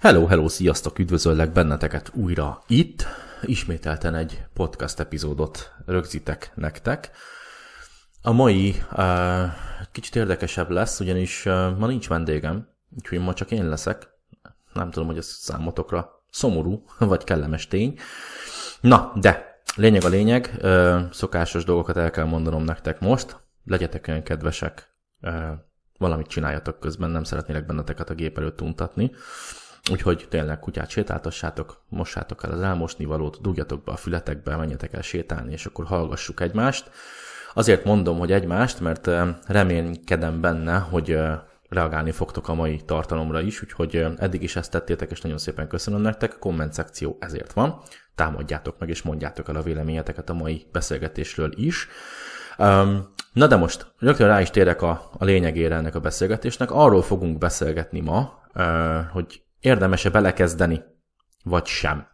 Hello, sziasztok, üdvözöllek benneteket újra itt. Ismételten egy podcast epizódot rögzítek nektek. A mai kicsit érdekesebb lesz, ugyanis ma nincs vendégem, úgyhogy ma csak én leszek. Nem tudom, hogy ez számotokra szomorú, vagy kellemes tény. Na, de lényeg a lényeg, szokásos dolgokat el kell mondanom nektek most. Legyetek olyan kedvesek, valamit csináljatok közben, nem szeretnélek benneteket a gép előtt untatni. Úgyhogy tényleg kutyát sétáltassátok, mossátok el az elmosnivalót, dugjatok be a fületekbe, menjetek el sétálni, és akkor hallgassuk egymást. Azért mondom, hogy egymást, mert reménykedem benne, hogy reagálni fogtok a mai tartalomra is, úgyhogy eddig is ezt tettétek, és nagyon szépen köszönöm nektek. A komment szekció ezért van. Támadjátok meg, és mondjátok el a véleményeteket a mai beszélgetésről is. Na de most rögtön rá is térek a lényegére ennek a beszélgetésnek. Arról fogunk beszélgetni ma, hogy érdemes-e belekezdeni, vagy sem.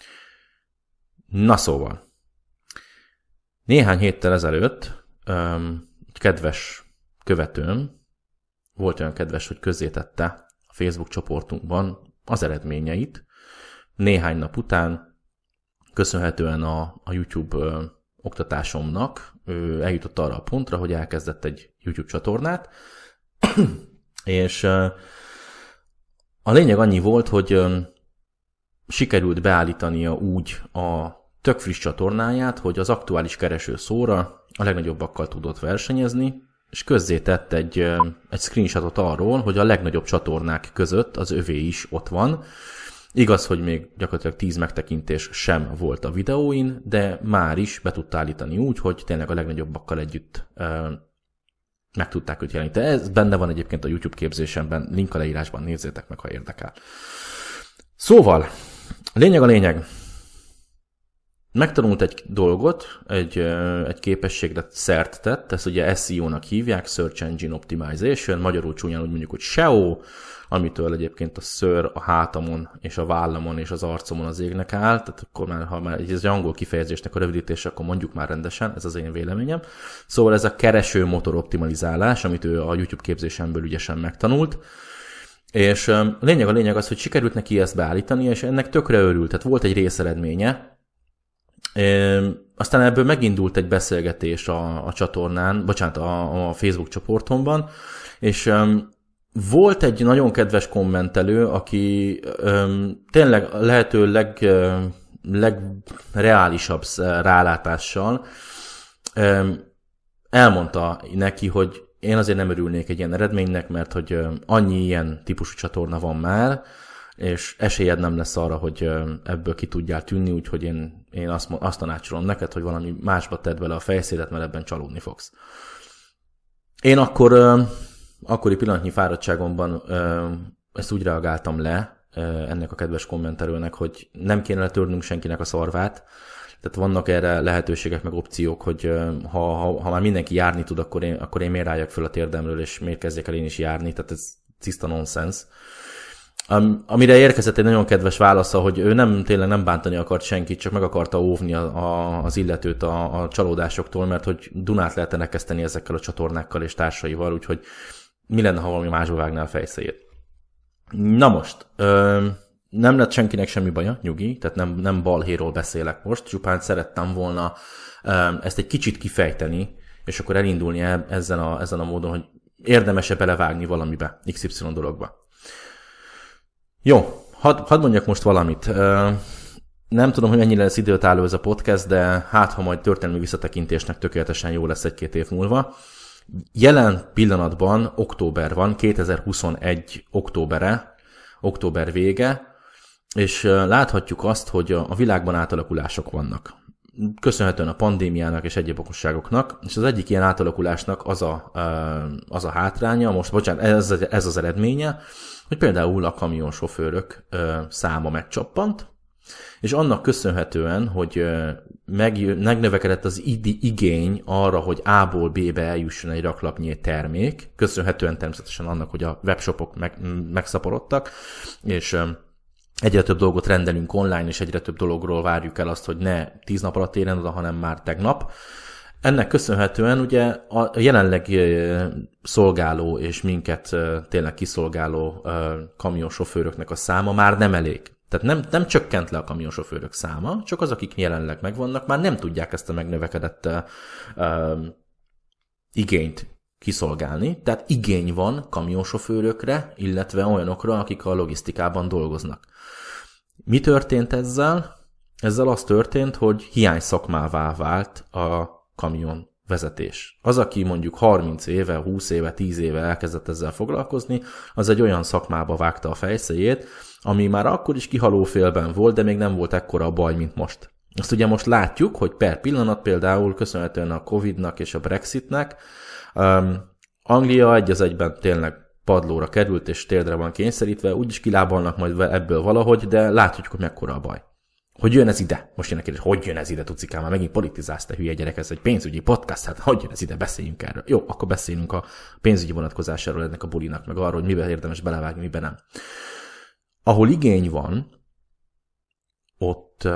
Na szóval, néhány héttel ezelőtt egy kedves követőm volt olyan kedves, hogy közzétette a Facebook csoportunkban az eredményeit. Néhány nap után, köszönhetően a YouTube oktatásomnak, eljutott arra a pontra, hogy elkezdett egy YouTube csatornát, és a lényeg annyi volt, hogy sikerült beállítania úgy a tök friss csatornáját, hogy az aktuális keresőszóra a legnagyobbakkal tudott versenyezni, és közzétett egy screenshotot arról, hogy a legnagyobb csatornák között az övé is ott van. Igaz, hogy még gyakorlatilag 10 megtekintés sem volt a videóin, de már is be tudta állítani úgy, hogy tényleg a legnagyobbakkal együtt meg tudták őt jeleníteni. Ez benne van egyébként a YouTube képzésemben, link a leírásban, nézzétek meg, ha érdekel. Szóval, lényeg a lényeg. Megtanult egy dolgot, egy képességre szert tett, ezt ugye SEO-nak hívják, Search Engine Optimization, magyarul csúnyán úgy mondjuk, hogy SEO, amitől egyébként a szőr a hátamon és a vállamon és az arcomon az égnek áll, tehát akkor már, ha már egy angol kifejezésnek a rövidítése, akkor mondjuk már rendesen, ez az én véleményem. Szóval ez a keresőmotor optimalizálás, amit ő a YouTube képzésemből ügyesen megtanult, és a lényeg az, hogy sikerült neki ezt beállítani, és ennek tökre örült, tehát volt egy részeredménye. Aztán ebből megindult egy beszélgetés a csatornán, a Facebook csoportomban, és volt egy nagyon kedves kommentelő, aki tényleg lehető legreálisabb rálátással elmondta neki, hogy én azért nem örülnék egy ilyen eredménynek, mert hogy annyi ilyen típusú csatorna van már, és esélyed nem lesz arra, hogy ebből ki tudjál tűnni, úgyhogy én azt tanácsolom neked, hogy valami másba tedd bele a fejszédet, mert ebben csalódni fogsz. Én akkori pillanatnyi fáradtságomban ezt úgy reagáltam le ennek a kedves kommentelőnek, hogy nem kéne letörnünk senkinek a szarvát, tehát vannak erre lehetőségek, meg opciók, hogy ha már mindenki járni tud, akkor én miért álljak föl a térdemről, és miért kezdjek el én is járni, tehát ez tiszta nonsens. Amire érkezett egy nagyon kedves válasza, hogy ő tényleg nem bántani akart senkit, csak meg akarta óvni az illetőt a csalódásoktól, mert hogy Dunát lehetne kezdeni ezekkel a csatornákkal és társaival, úgyhogy mi lenne, ha valami másba vágná a fejszéjét. Na most, nem lett senkinek semmi baja, nyugi, tehát nem balhéról beszélek most, csupán szerettem volna ezt egy kicsit kifejteni, és akkor elindulni ezen a módon, hogy érdemes-e belevágni valamibe, XY dologba. Jó, hadd mondjak most valamit. Nem tudom, hogy mennyire lesz időtálló ez a podcast, de hát, ha majd történelmi visszatekintésnek tökéletesen jó lesz 1-2 év múlva. Jelen pillanatban október van, 2021 október vége, és láthatjuk azt, hogy a világban átalakulások vannak. Köszönhetően a pandémiának és egyéb okosságoknak, és az egyik ilyen átalakulásnak az a hátránya, ez az eredménye, hogy például a kamionsofőrök száma megcsappant, és annak köszönhetően, hogy megnövekedett az igény arra, hogy A-ból B-be eljusson egy raklapnyi termék, köszönhetően természetesen annak, hogy a webshopok megszaporodtak, és egyre több dolgot rendelünk online, és egyre több dologról várjuk el azt, hogy ne 10 nap alatt érjen oda, hanem már tegnap. Ennek köszönhetően ugye a jelenleg szolgáló és minket tényleg kiszolgáló kamionsofőröknek a száma már nem elég. Tehát nem csökkent le a kamionsofőrök száma, csak az, akik jelenleg megvannak, már nem tudják ezt a megnövekedett igényt kiszolgálni. Tehát igény van kamionsofőrökre, illetve olyanokra, akik a logisztikában dolgoznak. Mi történt ezzel? Ezzel az történt, hogy hiány szakmává vált a kamion vezetés. Az, aki mondjuk 30 éve, 20 éve, 10 éve elkezdett ezzel foglalkozni, az egy olyan szakmába vágta a fejszéjét, ami már akkor is kihalófélben volt, de még nem volt ekkora a baj, mint most. Azt ugye most látjuk, hogy per pillanat például köszönhetően a Covid-nak és a Brexitnek Anglia egy az egyben tényleg padlóra került és térdre van kényszerítve, úgyis kilábalnak majd ebből valahogy, de látjuk, hogy mekkora a baj. Hogy jön ez ide? Most jön a kérdés, hogy jön ez ide, Tucikám? Már megint politizálsz, te hülye gyerek, ez egy pénzügyi podcast, hát hogy jön ez ide, beszéljünk erről. Jó, akkor beszéljünk a pénzügyi vonatkozásáról ennek a bulinak, meg arról, hogy miben érdemes belevágni, miben nem. Ahol igény van, ott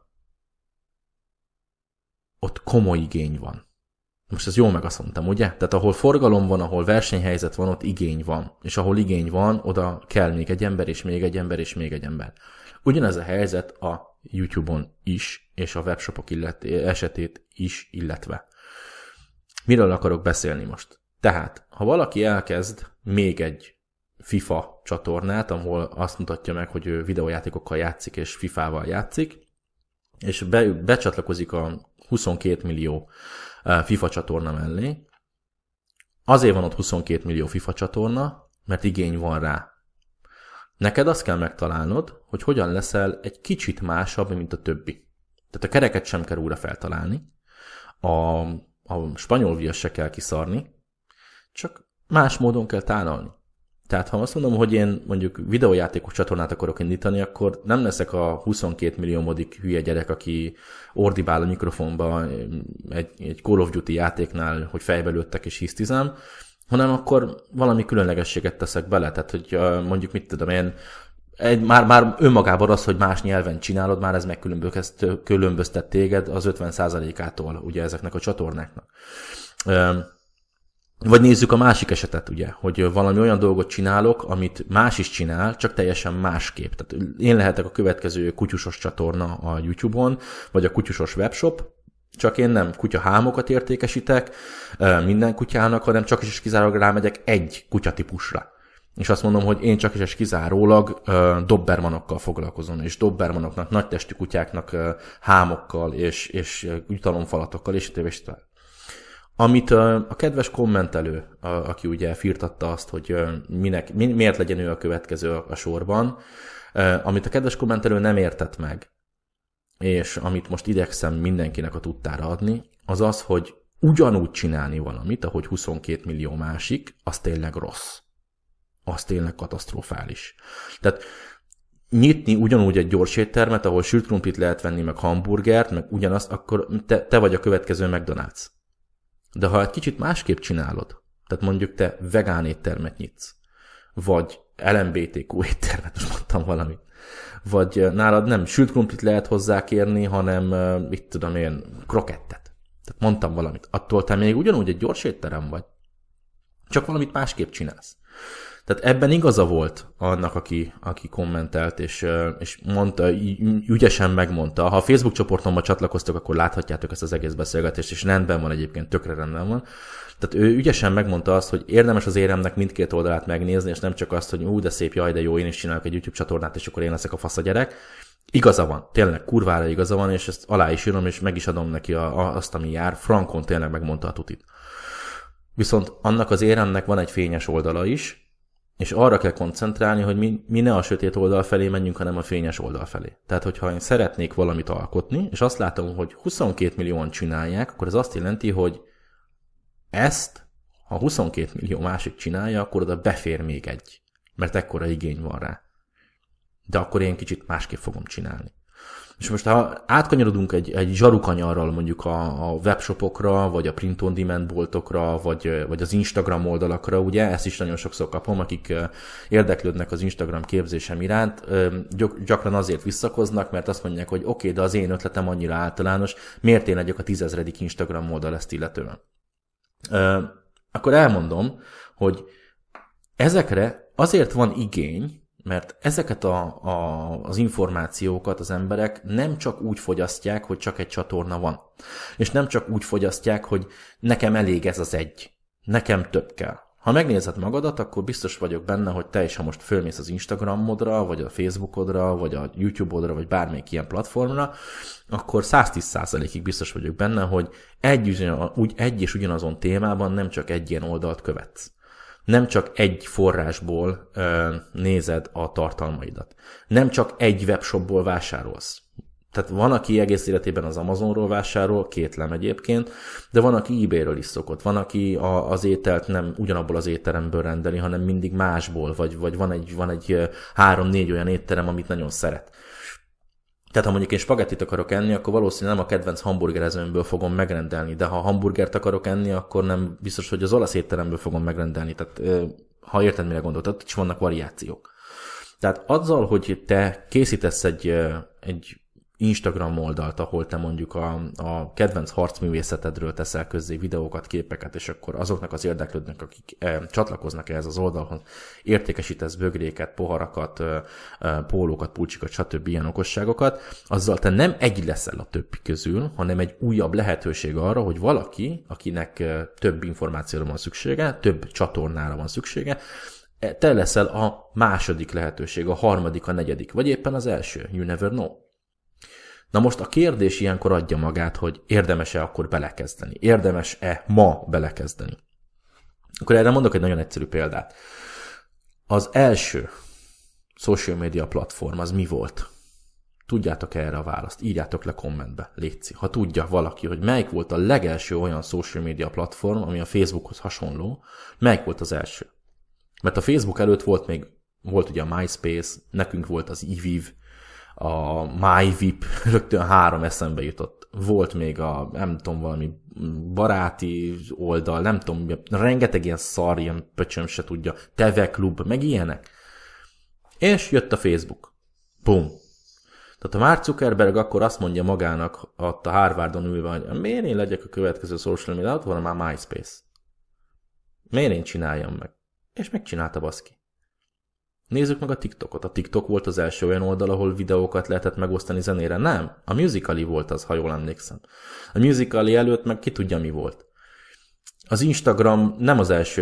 komoly igény van. Most ez jól meg azt mondtam, ugye? Tehát ahol forgalom van, ahol versenyhelyzet van, ott igény van. És ahol igény van, oda kell még egy ember, és még egy ember, és még egy ember. Ugyanez a helyzet a YouTube-on is, és a webshopok esetét is illetve. Miről akarok beszélni most? Tehát, ha valaki elkezd még egy FIFA csatornát, ahol azt mutatja meg, hogy ő videójátékokkal játszik, és FIFA-val játszik, és becsatlakozik a 22 millió FIFA csatorna mellé, azért van ott 22 millió FIFA csatorna, mert igény van rá. Neked azt kell megtalálnod, hogy hogyan leszel egy kicsit másabb, mint a többi. Tehát a kereket sem kell újra feltalálni, a spanyol viaszt se kell kiszarni, csak más módon kell tálalni. Tehát ha azt mondom, hogy én mondjuk videójátékos csatornát akarok indítani, akkor nem leszek a 22 milliómodik hülye gyerek, aki ordibál a mikrofonba egy Call of Duty játéknál, hogy fejbe lőttek és hisztizem, hanem akkor valami különlegességet teszek bele. Tehát, hogy mondjuk mit tudom én, már önmagában az, hogy más nyelven csinálod, már ez megkülönböztet téged az 50%-ától ugye ezeknek a csatornáknak. Vagy nézzük a másik esetet, ugye, hogy valami olyan dolgot csinálok, amit más is csinál, csak teljesen másképp. Tehát én lehetek a következő kutyusos csatorna a YouTube-on, vagy a kutyusos webshop, csak én nem kutyahámokat értékesítek minden kutyának, hanem csak is kizárólag rámegyek egy kutyatípusra. És azt mondom, hogy én csak is kizárólag dobbermanokkal foglalkozom, és dobbermanoknak, nagytestű kutyáknak hámokkal, és jutalomfalatokkal, és tovább. Amit a kedves kommentelő, aki ugye firtatta azt, hogy miért legyen ő a következő a sorban, amit a kedves kommentelő nem értett meg, és amit most igyekszem mindenkinek a tudtára adni, az az, hogy ugyanúgy csinálni valamit, ahogy 22 millió másik, az tényleg rossz. Az tényleg katasztrofális. Tehát nyitni ugyanúgy egy gyors éttermet, ahol sült krumplit lehet venni, meg hamburgert, meg ugyanazt, akkor te vagy a következő McDonald's. De ha egy kicsit másképp csinálod, tehát mondjuk te vegán éttermet nyitsz, vagy LMBTQ éttermet, most mondtam valamit, vagy nálad nem sült krumplit lehet hozzá kérni, hanem, mit tudom én, krokettet. Tehát mondtam valamit. Attól te még ugyanúgy egy gyors étterem vagy. Csak valamit másképp csinálsz. Tehát ebben igaza volt annak, aki kommentelt, és mondta, ügyesen megmondta. Ha a Facebook csoportomba csatlakoztok, akkor láthatjátok ezt az egész beszélgetést, és rendben van egyébként, tökre rendben van. Tehát ő ügyesen megmondta azt, hogy érdemes az éremnek mindkét oldalát megnézni, és nem csak azt, hogy de szép, jaj, de jó, én is csinálok egy YouTube csatornát, és akkor én leszek a fasz a gyerek. Igaza van, tényleg kurvára igaza van, és ezt alá is írom, és meg is adom neki azt, ami jár. Frankon tényleg megmondta a tutit. Viszont annak az éremnek van egy fényes oldala is, és arra kell koncentrálni, hogy mi ne a sötét oldal felé menjünk, hanem a fényes oldal felé. Tehát, hogyha én szeretnék valamit alkotni, és azt látom, hogy 22 millióan csinálják, akkor ez azt jelenti, hogy ezt, ha 22 millió másik csinálja, akkor oda befér még egy. Mert ekkora igény van rá. De akkor én kicsit másképp fogom csinálni. És most ha átkanyarodunk egy zsarukanyarral mondjuk a webshopokra, vagy a print-on-demand boltokra, vagy az Instagram oldalakra, ugye, ezt is nagyon sokszor kapom, akik érdeklődnek az Instagram képzésem iránt, gyakran azért visszakoznak, mert azt mondják, hogy oké, de az én ötletem annyira általános, miért én legyek a 10 000. Instagram oldal ezt illetően? Akkor elmondom, hogy ezekre azért van igény, mert ezeket az információkat az emberek nem csak úgy fogyasztják, hogy csak egy csatorna van. És nem csak úgy fogyasztják, hogy nekem elég ez az egy. Nekem több kell. Ha megnézed magadat, akkor biztos vagyok benne, hogy te is, ha most fölmész az Instagramodra, vagy a Facebookodra, vagy a YouTube-odra, vagy bármelyik ilyen platformra, akkor 110%-ig biztos vagyok benne, hogy egy és ugyanazon témában nem csak egy ilyen oldalt követsz. Nem csak egy forrásból nézed a tartalmaidat. Nem csak egy webshopból vásárolsz. Tehát van, aki egész életében az Amazonról vásárol, kétlem egyébként, de van, aki eBay-ről is szokott. Van, aki az ételt nem ugyanabból az étteremből rendeli, hanem mindig másból, vagy van egy 3-4 olyan étterem, amit nagyon szeret. Tehát ha mondjuk én spagettit akarok enni, akkor valószínűleg nem a kedvenc hamburgerezőmből fogom megrendelni, de ha hamburgert akarok enni, akkor nem biztos, hogy az olasz étteremből fogom megrendelni. Tehát ha érted, mire gondolt, ott is vannak variációk. Tehát azzal, hogy te készítesz egy Instagram oldalt, ahol te mondjuk a kedvenc harcművészetedről teszel közzé videókat, képeket, és akkor azoknak az érdeklődnek, akik csatlakoznak ehhez az oldalhoz, értékesítesz bögréket, poharakat, pólókat, pulcsikat, stb. Ilyen okosságokat, azzal te nem egy leszel a többi közül, hanem egy újabb lehetőség arra, hogy valaki, akinek több információra van szüksége, több csatornára van szüksége, te leszel a második lehetőség, a harmadik, a negyedik, vagy éppen az első. You never know. Na most a kérdés ilyenkor adja magát, hogy érdemes-e akkor belekezdeni? Érdemes-e ma belekezdeni? Akkor erre mondok egy nagyon egyszerű példát. Az első social media platform az mi volt? Tudjátok erre a választ? Írjátok le kommentbe, létszik. Ha tudja valaki, hogy melyik volt a legelső olyan social media platform, ami a Facebookhoz hasonló, melyik volt az első? Mert a Facebook előtt volt ugye a MySpace, nekünk volt az eViv, a MyVip, rögtön 3 eszembe jutott. Volt még nem tudom, valami baráti oldal, nem tudom, rengeteg ilyen szar, ilyen pöcsöm se tudja, TV Klub, meg ilyenek. És jött a Facebook. Bum. Tehát a Mark Zuckerberg akkor azt mondja magának ott a Harvardon ülve, hogy miért én legyek a következő social media, ott van már MySpace. Miért én csináljam meg? És megcsinálta, baszki. Nézzük meg a TikTokot. A TikTok volt az első olyan oldal, ahol videókat lehetett megosztani zenére. Nem, a Musical.ly volt az, ha jól emlékszem. A Musical.ly előtt meg ki tudja, mi volt. Az Instagram nem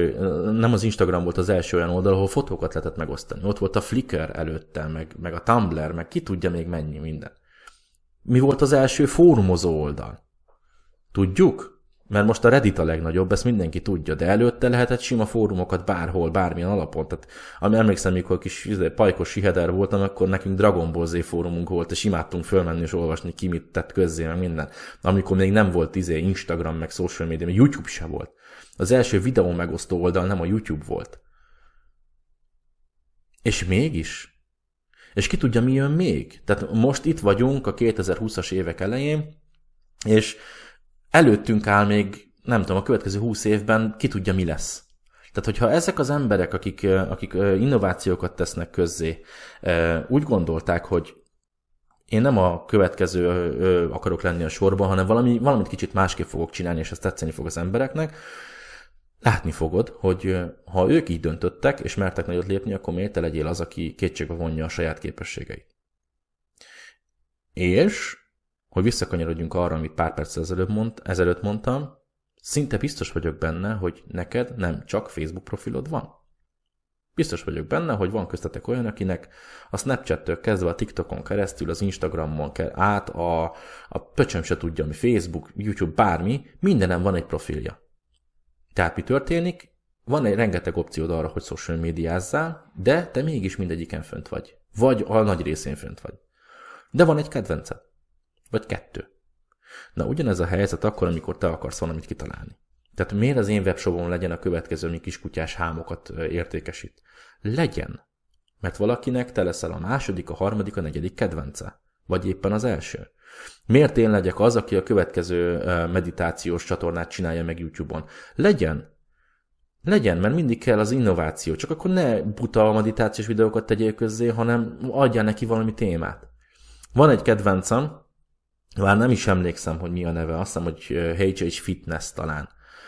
az Instagram volt az első olyan oldal, ahol fotókat lehetett megosztani. Ott volt a Flickr előtte, meg a Tumblr, meg ki tudja még mennyi minden. Mi volt az első fórumozó oldal? Tudjuk? Mert most a Reddit a legnagyobb, ezt mindenki tudja, de előtte lehetett sima fórumokat bárhol, bármilyen alapon. Tehát, emlékszem, mikor kis pajkos siheder voltam, akkor nekünk Dragon Ball Z fórumunk volt, és imádtunk fölmenni és olvasni, ki mit tett közzé, meg minden. Amikor még nem volt Instagram, meg social media, meg YouTube se volt. Az első videó megosztó oldal nem a YouTube volt. És mégis. És ki tudja, mi jön még? Tehát most itt vagyunk a 2020-as évek elején, és előttünk áll még, nem tudom, a következő 20 évben ki tudja, mi lesz. Tehát, hogyha ezek az emberek, akik innovációkat tesznek közzé, úgy gondolták, hogy én nem a következő akarok lenni a sorban, hanem valamit kicsit másképp fogok csinálni, és ez tetszeni fog az embereknek, látni fogod, hogy ha ők így döntöttek, és mertek nagyot lépni, akkor miért te legyél az, aki kétségbe vonja a saját képességeit. És hogy visszakanyarodjunk arra, amit pár perc ezelőtt mondtam, szinte biztos vagyok benne, hogy neked nem csak Facebook profilod van. Biztos vagyok benne, hogy van köztetek olyan, akinek a Snapchat-től kezdve a TikTokon keresztül, az Instagramon át, a pöcsöm se tudja, ami Facebook, YouTube, bármi, mindenen van egy profilja. Tehát mi történik? Van egy rengeteg opciód arra, hogy social médiázzál, de te mégis mindegyiken fönt vagy. Vagy a nagy részén fönt vagy. De van egy kedvenced. Vagy 2. Na, ugyanez a helyzet akkor, amikor te akarsz valamit kitalálni. Tehát miért az én webshopom legyen a következő, ami kiskutyás hámokat értékesít? Legyen. Mert valakinek te leszel a második, a harmadik, a negyedik kedvence. Vagy éppen az első? Miért én legyek az, aki a következő meditációs csatornát csinálja meg YouTube-on? Legyen, mert mindig kell az innováció. Csak akkor ne buta meditációs videókat tegyél közzé, hanem adjál neki valami témát. Van egy kedvencem, már nem is emlékszem, hogy mi a neve, azt hiszem, hogy HH Fitness talán,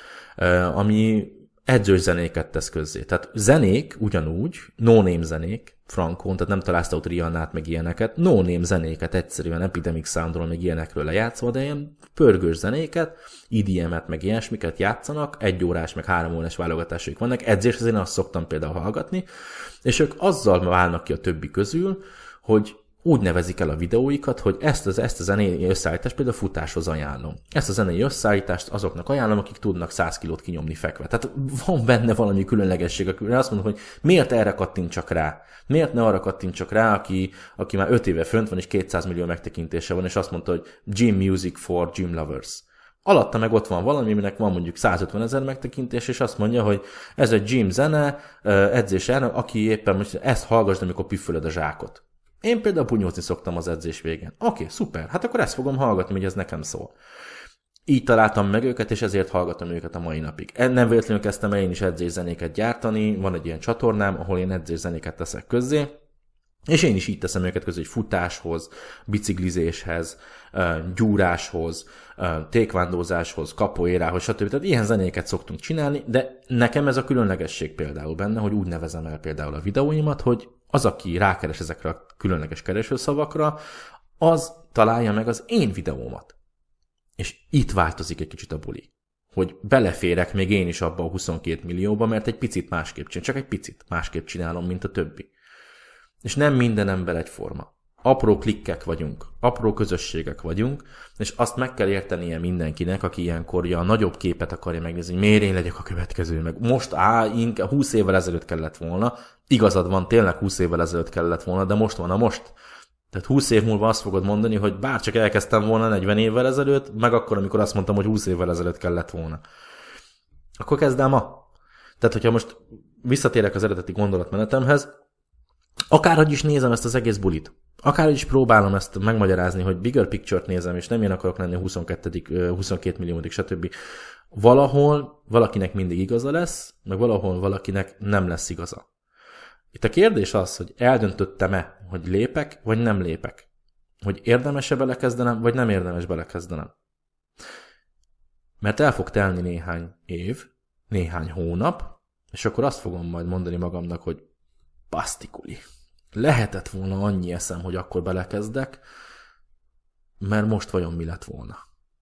ami edzős zenéket tesz közzé. Tehát zenék ugyanúgy, no-name zenék, frankon, tehát nem találsz ott Rihannát, meg ilyeneket, no-name zenéket egyszerűen Epidemic Soundról, meg ilyenekről lejátszva, de ilyen pörgős zenéket, EDM-et, meg ilyesmiket játszanak, 1 órás, meg 3 órás válogatásaik vannak, edzéshez én azt szoktam például hallgatni, és ők azzal válnak ki a többi közül, hogy úgy nevezik el a videóikat, hogy ezt a zenei összeállítást például futáshoz ajánlom. Ezt a zenei összeállítást azoknak ajánlom, akik tudnak 100 kilót kinyomni fekve. Tehát van benne valami különlegesség, akire azt mondom, hogy miért erre kattintsak rá? Miért ne arra kattintsak rá, aki már 5 éve fönt van, és 200 millió megtekintése van, és azt mondta, hogy Gym Music for Gym Lovers. Alatta meg ott van valami, aminek van mondjuk 150 000 megtekintés, és azt mondja, hogy ez egy gym zene, edzés elnök, aki éppen most ezt hallgassd, amikor püffölöd a zsákot. Én például bunyózni szoktam az edzés végén. Oké, szuper, hát akkor ezt fogom hallgatni, hogy ez nekem szól. Így találtam meg őket, és ezért hallgatom őket a mai napig. Nem véletlenül kezdtem el én is edzészenéket gyártani, van egy ilyen csatornám, ahol én edzészenéket teszek közzé, és én is így teszem őket közé, hogy futáshoz, biciklizéshez, gyúráshoz, tékvándózáshoz, kapoérához, stb. Tehát ilyen zenéket szoktunk csinálni, de nekem ez a különlegesség például benne, hogy úgy nevezem el például a videóimat, hogy az, aki rákeres ezekre a különleges keresőszavakra, az találja meg az én videómat. És itt változik egy kicsit a buli. Hogy beleférek még én is abba a 22 millióba, mert egy picit másképp csinálom, csak egy picit másképp csinálom, mint a többi. És nem minden ember egyforma. Apró klikkek vagyunk, apró közösségek vagyunk, és azt meg kell értenie mindenkinek, aki ilyenkor a nagyobb képet akarja megnézni, hogy miért én legyek a következő, meg most inkább 20 évvel ezelőtt kellett volna, igazad van, tényleg 20 évvel ezelőtt kellett volna, de most van a most. Tehát 20 év múlva azt fogod mondani, hogy bárcsak elkezdtem volna 40 évvel ezelőtt, meg akkor, amikor azt mondtam, hogy 20 évvel ezelőtt kellett volna. Akkor kezd el ma. Tehát, hogyha most visszatérek az eredeti gondolatmenetemhez, akárhogy is nézem ezt az egész bulit, akárhogy is próbálom ezt megmagyarázni, hogy bigger picture-t nézem, és nem én akarok lenni a 22 milliómodik, stb. Valahol valakinek mindig igaza lesz, meg valahol valakinek nem lesz igaza. Itt a kérdés az, hogy eldöntöttem-e, hogy lépek, vagy nem lépek. Hogy érdemes-e belekezdenem, vagy nem érdemes belekezdenem. Mert el fog telni néhány év, néhány hónap, és akkor azt fogom majd mondani magamnak, hogy basztikuli. Lehetett volna annyi eszem, hogy akkor belekezdek, mert most vajon mi lett volna.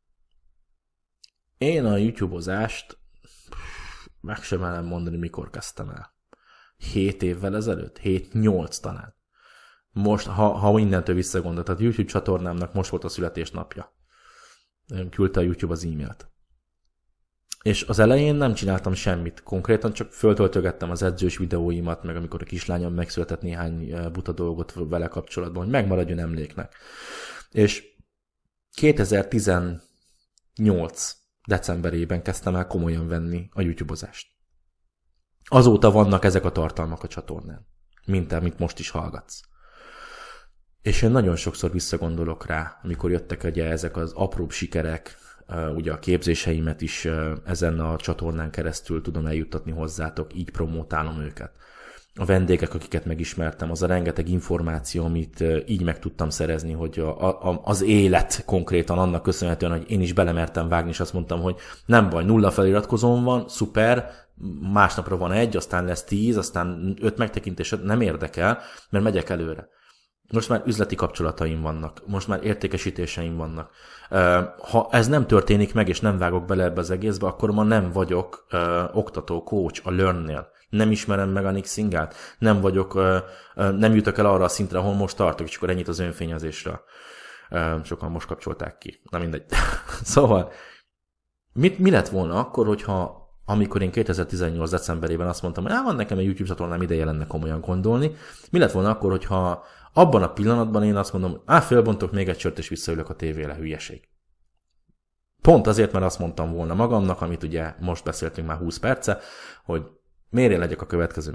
Én a YouTube-ozást meg sem merem mondani, mikor kezdtem el. 7 évvel ezelőtt? 7-8 talán. Most, ha innentől visszagondol, tehát YouTube csatornámnak most volt a születésnapja. Küldte a YouTube az e-mailt. És az elején nem csináltam semmit. Konkrétan csak föltöltögettem az edzős videóimat, meg amikor a kislányom megszületett néhány buta dolgot vele kapcsolatban, hogy megmaradjon emléknek. És 2018 decemberében kezdtem el komolyan venni a YouTube-ozást. Azóta vannak ezek a tartalmak a csatornán, mint amit most is hallgatsz. És én nagyon sokszor visszagondolok rá, amikor jöttek ugye ezek az apróbb sikerek, ugye a képzéseimet is ezen a csatornán keresztül tudom eljuttatni hozzátok, így promótálom őket. A vendégek, akiket megismertem, az a rengeteg információ, amit így meg tudtam szerezni, hogy az élet konkrétan annak köszönhetően, hogy én is belemertem vágni, és azt mondtam, hogy nem baj, 0 feliratkozóm van, szuper, másnapra van 1, aztán lesz 10, aztán 5 megtekintés, nem érdekel, mert megyek előre. Most már üzleti kapcsolataim vannak, most már értékesítéseim vannak. Ha ez nem történik meg, és nem vágok bele ebbe az egészbe, akkor ma nem vagyok oktató, coach a Learn-nél. Nem ismerem meg a Nick Singalt, nem jutok el arra a szintre, ahol most tartok, és akkor ennyit az önfényezésről. Sokan most kapcsolták ki. Na mindegy. Szóval, mi lett volna akkor, amikor én 2018 decemberében azt mondtam, hogy van nekem egy YouTube csatornám, ideje lenne komolyan gondolni. Mi lett volna akkor, hogyha abban a pillanatban én azt mondom, fölbontok még egy sört, és visszaülök a tévére, hülyeség. Pont azért, mert azt mondtam volna magamnak, amit ugye most beszéltünk már 20 perce, hogy miért én legyek a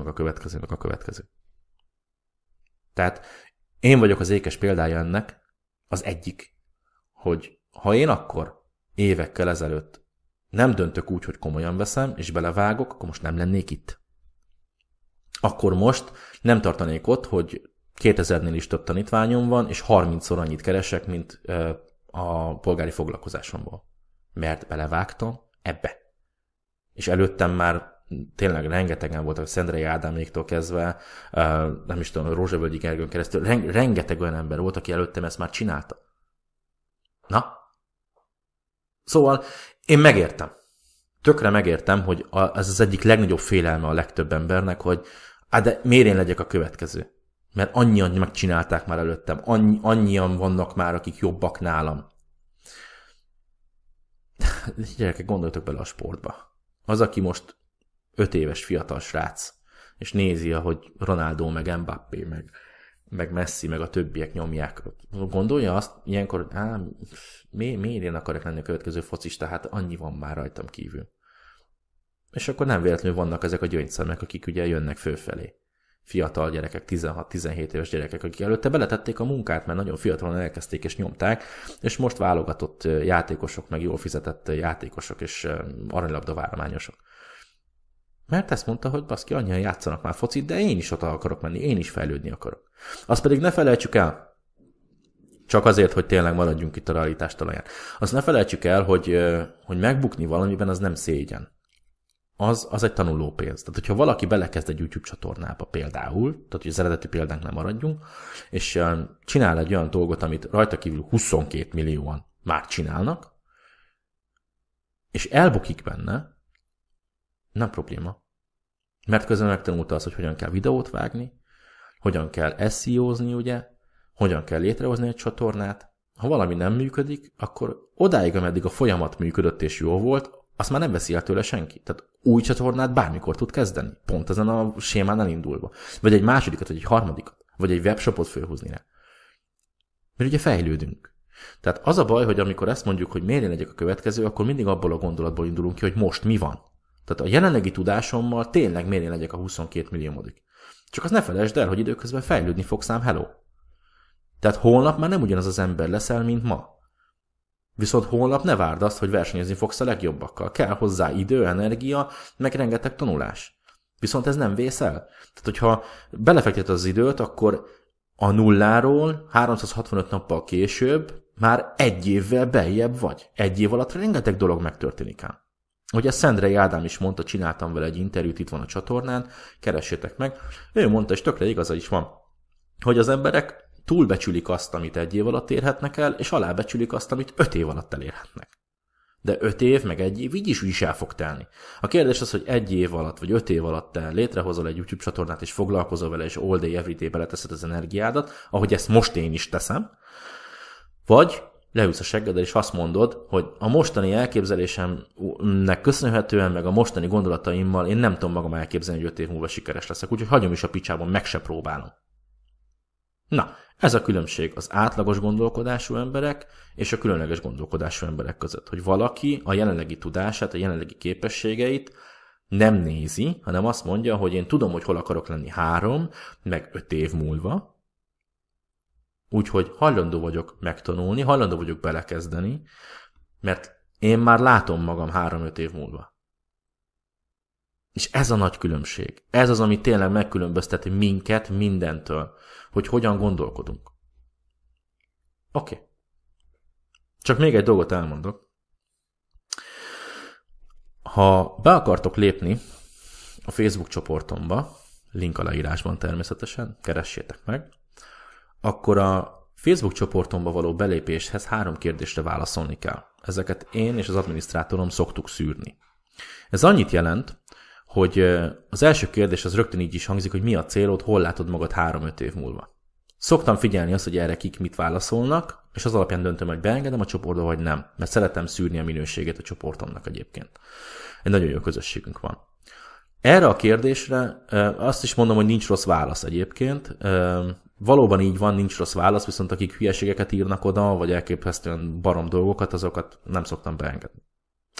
következő. Tehát én vagyok az ékes példája ennek, Az egyik, hogy ha én akkor évekkel ezelőtt nem döntök úgy, hogy komolyan veszem, és belevágok, akkor most nem lennék itt. Akkor most nem tartanék ott, hogy 2000-nél is több tanítványom van, és 30-szor annyit keresek, mint a polgári foglalkozásomból. Mert belevágtam ebbe. És előttem már tényleg rengetegen voltak, a Szendrei Ádáméktól kezdve, nem is tudom, Rózsavölgyi Gergőn keresztül, rengeteg olyan ember volt, aki előttem ezt már csinálta. Na? Szóval én megértem. Tökre megértem, hogy ez az egyik legnagyobb félelme a legtöbb embernek, hogy de miért én legyek a következő? Mert annyian megcsinálták már előttem, annyian vannak már, akik jobbak nálam. Gyerekek, gondoljatok bele a sportba. Az, aki most 5 éves fiatal srác, és nézi, ahogy Ronaldo, meg Mbappé, meg Messi, meg a többiek nyomják. Gondolja azt ilyenkor, miért én akarok lenni a következő focista, hát annyi van már rajtam kívül. És akkor nem véletlenül vannak ezek a gyöngyszemek, akik ugye jönnek fölfelé. Fiatal gyerekek, 16-17 éves gyerekek, akik előtte beletették a munkát, mert nagyon fiatalon elkezdték és nyomták, és most válogatott játékosok, meg jól fizetett játékosok és aranylabdavárományosok. Mert ezt mondta, hogy baszki, annyian játszanak már focit, de én is ott akarok menni, én is fejlődni akarok. Azt pedig ne felejtsük el, csak azért, hogy tényleg maradjunk itt a realitás talaján. Azt ne felejtsük el, hogy megbukni valamiben az nem szégyen. Az egy tanulópénz. Tehát, hogyha valaki belekezd egy YouTube csatornába például, tehát, hogy az eredeti példánk nem maradjunk, és csinál egy olyan dolgot, amit rajta kívül 22 millióan már csinálnak, és elbukik benne, nem probléma. Mert közben megtanulta az, hogy hogyan kell videót vágni, hogyan kell SEO-zni, ugye, hogyan kell létrehozni egy csatornát. Ha valami nem működik, akkor odáig, ameddig a folyamat működött és jó volt, azt már nem veszi el tőle senki. Tehát új csatornát bármikor tud kezdeni. Pont ezen a sémán elindulva. Vagy egy másodikat, vagy egy harmadikat. Vagy egy webshopot fölhúzni rá. Mert ugye fejlődünk. Tehát az a baj, hogy amikor ezt mondjuk, hogy miért én legyek a következő, akkor mindig abból a gondolatból indulunk ki, hogy most mi van. Tehát a jelenlegi tudásommal tényleg miért én legyek a 22 milliómodik. Csak azt ne felejtsd el, hogy időközben fejlődni fogsz ám, hello. Tehát holnap már nem ugyanaz az ember leszel, mint ma. Viszont holnap ne várd azt, hogy versenyezni fogsz a legjobbakkal. Kell hozzá idő, energia, meg rengeteg tanulás. Viszont ez nem vész el. Tehát, hogyha belefekteted az időt, akkor a nulláról 365 nappal később már egy évvel beljebb vagy. Egy év alatt rengeteg dolog megtörténik ám. Ugye Szendrei Ádám is mondta, csináltam vele egy interjút, itt van a csatornán, keressétek meg. Ő mondta, és tökre igaza is van, hogy az emberek túlbecsülik azt, amit egy év alatt érhetnek el, és alábecsülik azt, amit 5 év alatt elérhetnek. De 5 év, meg egy év így is el fog telni. A kérdés az, hogy 1 év alatt, vagy 5 év alatt te létrehozol egy YouTube csatornát, és foglalkozol vele, és all day, every day beleteszed az energiádat, ahogy ezt most én is teszem, vagy leülsz a seggeddel, és azt mondod, hogy a mostani elképzelésemnek köszönhetően, meg a mostani gondolataimmal én nem tudom magam elképzelni, hogy 5 év múlva sikeres leszek, úgyhogy hagyom is a picsában, meg se próbálom. Na, ez a különbség az átlagos gondolkodású emberek és a különleges gondolkodású emberek között, hogy valaki a jelenlegi tudását, a jelenlegi képességeit nem nézi, hanem azt mondja, hogy én tudom, hogy hol akarok lenni 3, meg 5 év múlva, úgyhogy hajlandó vagyok megtanulni, hajlandó vagyok belekezdeni, mert én már látom magam 3-5 év múlva. És ez a nagy különbség. Ez az, ami tényleg megkülönbözteti minket mindentől, hogy hogyan gondolkodunk. Oké. Csak még egy dolgot elmondok. Ha be akartok lépni a Facebook csoportomba, link a leírásban természetesen, keressétek meg, akkor a Facebook csoportomba való belépéshez 3 kérdésre válaszolni kell. Ezeket én és az adminisztrátorom szoktuk szűrni. Ez annyit jelent, hogy az első kérdés az rögtön így is hangzik, hogy mi a célod, hol látod magad 3-5 év múlva. Szoktam figyelni azt, hogy erre kik mit válaszolnak, és az alapján döntöm, hogy beengedem a csoportba, vagy nem, mert szeretem szűrni a minőségét a csoportomnak egyébként. Egy nagyon jó közösségünk van. Erre a kérdésre azt is mondom, hogy nincs rossz válasz egyébként. Valóban így van, nincs rossz válasz, viszont akik hülyeségeket írnak oda, vagy elképesztően barom dolgokat, azokat nem szoktam beengedni.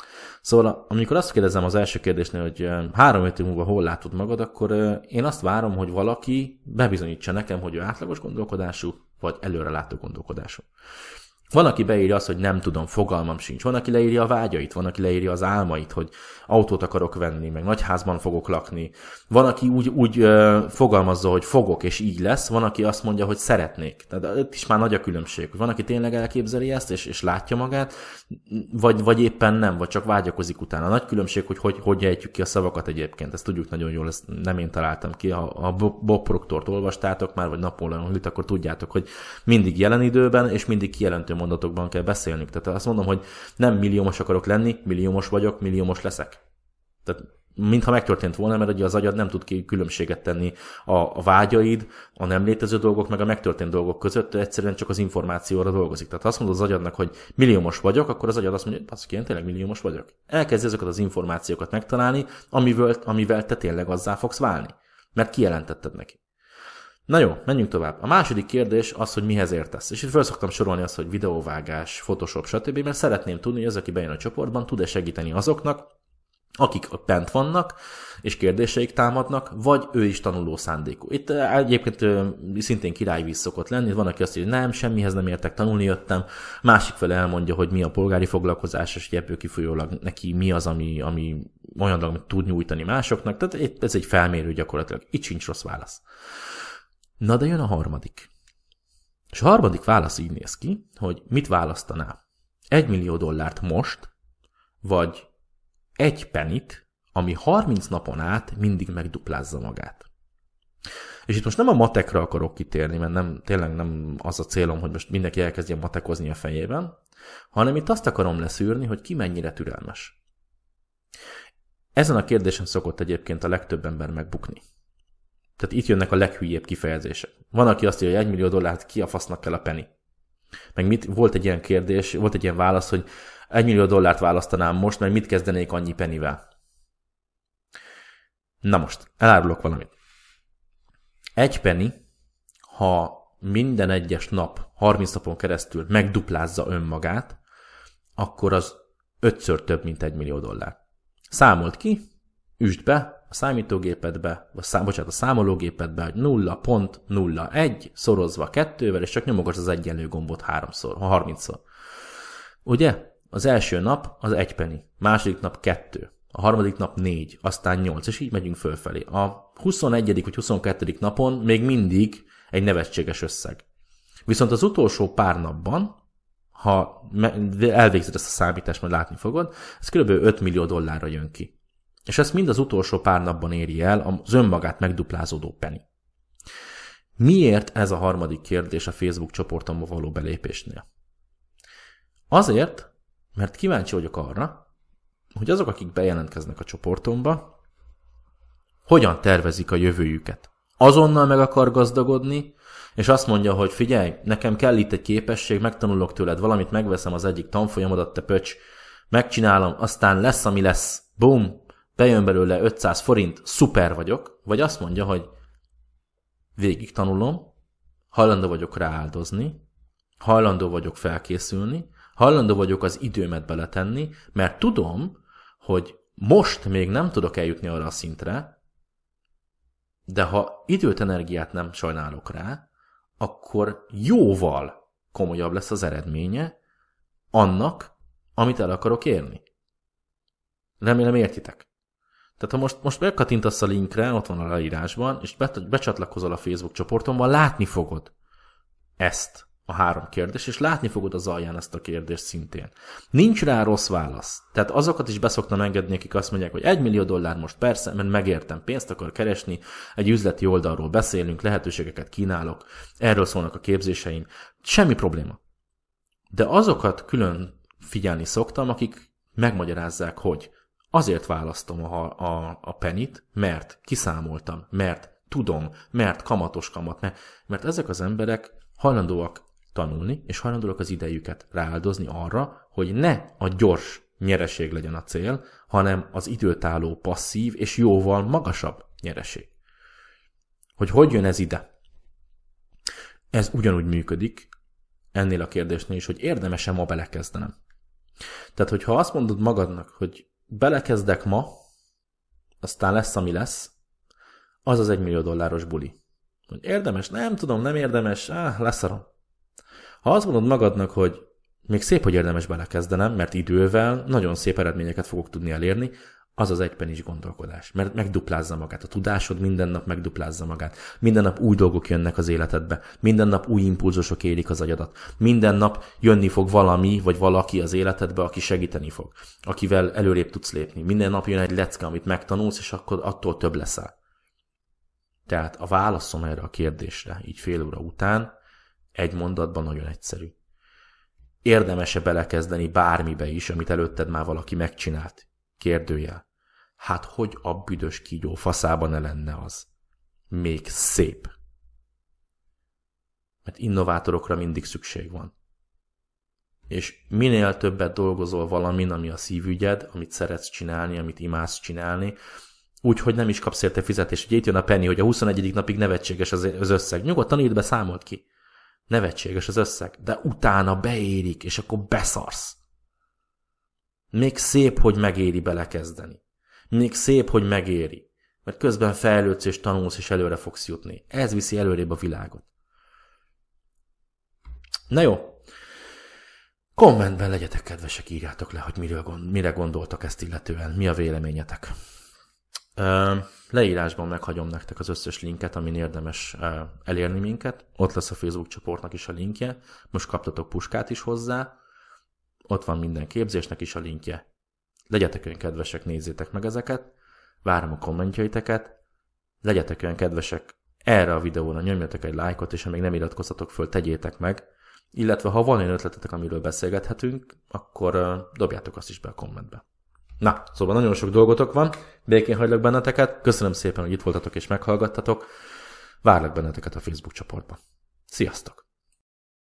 Szóval amikor azt kérdezem az első kérdésnél, hogy 3-5 év múlva hol látod magad, akkor én azt várom, hogy valaki bebizonyítsa nekem, hogy ő átlagos gondolkodású, vagy előrelátó gondolkodású. Van, aki beírja azt, hogy nem tudom, fogalmam sincs. Van, aki leírja a vágyait, van, aki leírja az álmait, hogy autót akarok venni, meg nagyházban fogok lakni. Van, aki úgy fogalmazza, hogy fogok, és így lesz. Van, aki azt mondja, hogy szeretnék. Tehát itt is már nagy a különbség. Van, aki tényleg elképzeli ezt, és látja magát, vagy éppen nem, vagy csak vágyakozik utána. A nagy különbség, hogy ejtjük ki a szavakat egyébként. Ezt tudjuk nagyon jól, ezt nem én találtam ki. Ha Bob Proctort olvastátok már, vagy Napóleon Hillt, akkor tudjátok, hogy mindig jelen időben, és mindig kijelentő mondatokban kell beszélnünk. Tehát azt mondom, hogy nem milliómos akarok lenni, milliómos vagyok, milliómos leszek. Tehát mintha megtörtént volna, mert ugye az agyad nem tud különbséget tenni a vágyaid, a nem létező dolgok, meg a megtörtént dolgok között, egyszerűen csak az információra dolgozik. Tehát ha azt mondod az agyadnak, hogy milliómos vagyok, akkor az agyad azt mondja, hogy én tényleg milliómos vagyok. Elkezd ezeket az információkat megtalálni, amivel te tényleg azzá fogsz válni. Mert kijelentetted neki. Na jó, menjünk tovább. A második kérdés az, hogy mihez értesz. És itt fel szoktam sorolni azt, hogy videóvágás, Photoshop, stb., mert szeretném tudni, hogy az, aki bejön a csoportban, tud-e segíteni azoknak, akik bent vannak, és kérdéseik támadnak, vagy ő is tanuló szándékú. Itt egyébként szintén királyvíz szokott lenni, van, aki azt mondja, hogy nem, semmihez nem értek, tanulni jöttem, másik fele elmondja, hogy mi a polgári foglalkozás, és ebből kifolyólag neki mi az, ami olyan dolog, amit tud nyújtani másoknak, tehát ez egy felmérő gyakorlatilag. Itt sincs rossz válasz. Na de jön a harmadik. És a harmadik válasz így néz ki, hogy mit választanál? $1 millió most, vagy egy penit, ami 30 napon át mindig megduplázza magát. És itt most nem a matekra akarok kitérni, mert tényleg nem az a célom, hogy most mindenki elkezdjen matekozni a fejében, hanem itt azt akarom leszűrni, hogy ki mennyire türelmes. Ezen a kérdésen szokott egyébként a legtöbb ember megbukni. Tehát itt jönnek a leghülyébb kifejezések. Van, aki azt írja, hogy $1 millió, ki a fasznak kell a penny. Meg volt egy ilyen kérdés, volt egy ilyen válasz, hogy $1 millió választanám most, mert mit kezdenék annyi pennivel? Na most, elárulok valamit. Egy penny, ha minden egyes nap, 30 napon keresztül megduplázza önmagát, akkor az 5-ször több, mint $1 millió. Számolt ki, üsd be a számítógépedbe, a számológépedbe, hogy 0.01 szorozva 2-vel, és csak nyomogass az egyenlő gombot 30-szor. Ugye? Az első nap az 1 penny, második nap 2, a harmadik nap 4, aztán 8, és így megyünk fölfelé. A 21. vagy 22. napon még mindig egy nevetséges összeg. Viszont az utolsó pár napban, ha elvégzed ezt a számítást, majd látni fogod, ez kb. $5 millió jön ki. És ezt mind az utolsó pár napban éri el az önmagát megduplázódó penny. Miért ez a harmadik kérdés a Facebook csoportomba való belépésnél? Azért, mert kíváncsi vagyok arra, hogy azok, akik bejelentkeznek a csoportomba, hogyan tervezik a jövőjüket. Azonnal meg akar gazdagodni, és azt mondja, hogy figyelj, nekem kell itt egy képesség, megtanulok tőled valamit, megveszem az egyik tanfolyamodat, te pöcs, megcsinálom, aztán lesz, ami lesz, bum, bejön belőle 500 forint, szuper vagyok, vagy azt mondja, hogy végig tanulom, hajlandó vagyok rááldozni, hajlandó vagyok felkészülni, hajlandó vagyok az időmet beletenni, mert tudom, hogy most még nem tudok eljutni arra a szintre, de ha időt, energiát nem sajnálok rá, akkor jóval komolyabb lesz az eredménye annak, amit el akarok érni. Remélem értitek. Tehát ha most megkattintasz a linkre, ott van a leírásban, és becsatlakozol a Facebook csoportomban, látni fogod ezt a 3 kérdést, és látni fogod az alján ezt a kérdést szintén. Nincs rá rossz válasz. Tehát azokat is beszoktam engedni, akik azt mondják, hogy $1 millió most persze, mert megértem, pénzt akar keresni, egy üzleti oldalról beszélünk, lehetőségeket kínálok, erről szólnak a képzéseim, semmi probléma. De azokat külön figyelni szoktam, akik megmagyarázzák, hogy azért választom a pennyt, mert kiszámoltam, mert tudom, mert kamatos kamat, mert ezek az emberek hajlandóak tanulni, és hajlandóak az idejüket rááldozni arra, hogy ne a gyors nyereség legyen a cél, hanem az időtálló passzív és jóval magasabb nyereség. Hogy jön ez ide? Ez ugyanúgy működik ennél a kérdésnél is, hogy érdemes-e ma belekezdenem. Tehát, hogyha azt mondod magadnak, hogy belekezdek ma, aztán lesz, ami lesz, az az $1 millió buli. Hogy érdemes? Nem tudom, nem érdemes, leszarom. Ha azt mondod magadnak, hogy még szép, hogy érdemes belekezdenem, mert idővel nagyon szép eredményeket fogok tudni elérni, az az egypenis gondolkodás, mert megduplázza magát. A tudásod minden nap megduplázza magát. Minden nap új dolgok jönnek az életedbe. Minden nap új impulzusok érik az agyadat. Minden nap jönni fog valami, vagy valaki az életedbe, aki segíteni fog. Akivel előrébb tudsz lépni. Minden nap jön egy lecke, amit megtanulsz, és akkor attól több leszel. Tehát a válaszom erre a kérdésre, így fél óra után, egy mondatban nagyon egyszerű. Érdemes-e belekezdeni bármibe is, amit előtted már valaki megcsinált? Kérdőjel. Hát hogy a büdös kígyó faszában ne lenne az? Még szép. Mert innovátorokra mindig szükség van. És minél többet dolgozol valamin, ami a szívügyed, amit szeretsz csinálni, amit imádsz csinálni, úgyhogy nem is kapsz érte fizetést. Ugye itt jön a penny, hogy a 21. napig nevetséges az összeg. Nyugodtan írd be, számolt ki. Nevetséges az összeg, de utána beérik, és akkor beszarsz. Még szép, hogy megéri belekezdeni. Még szép, hogy megéri. Mert közben fejlődsz és tanulsz, és előre fogsz jutni. Ez viszi előrébb a világot. Na jó. Kommentben legyetek kedvesek, írjátok le, hogy mire gondoltak ezt illetően. Mi a véleményetek? Leírásban meghagyom nektek az összes linket, amin érdemes elérni minket. Ott lesz a Facebook csoportnak is a linkje. Most kaptatok puskát is hozzá. Ott van minden képzésnek is a linkje. Legyetek olyan kedvesek, nézzétek meg ezeket. Várom a kommentjeiteket. Legyetek olyan kedvesek, erre a videóra nyomjatok egy lájkot, és ha még nem iratkoztatok föl, tegyétek meg. Illetve ha van olyan ötletetek, amiről beszélgethetünk, akkor dobjátok azt is be a kommentbe. Na, szóval nagyon sok dolgotok van, békén hagylak benneteket, köszönöm szépen, hogy itt voltatok és meghallgattatok, várlak benneteket a Facebook csoportba. Sziasztok!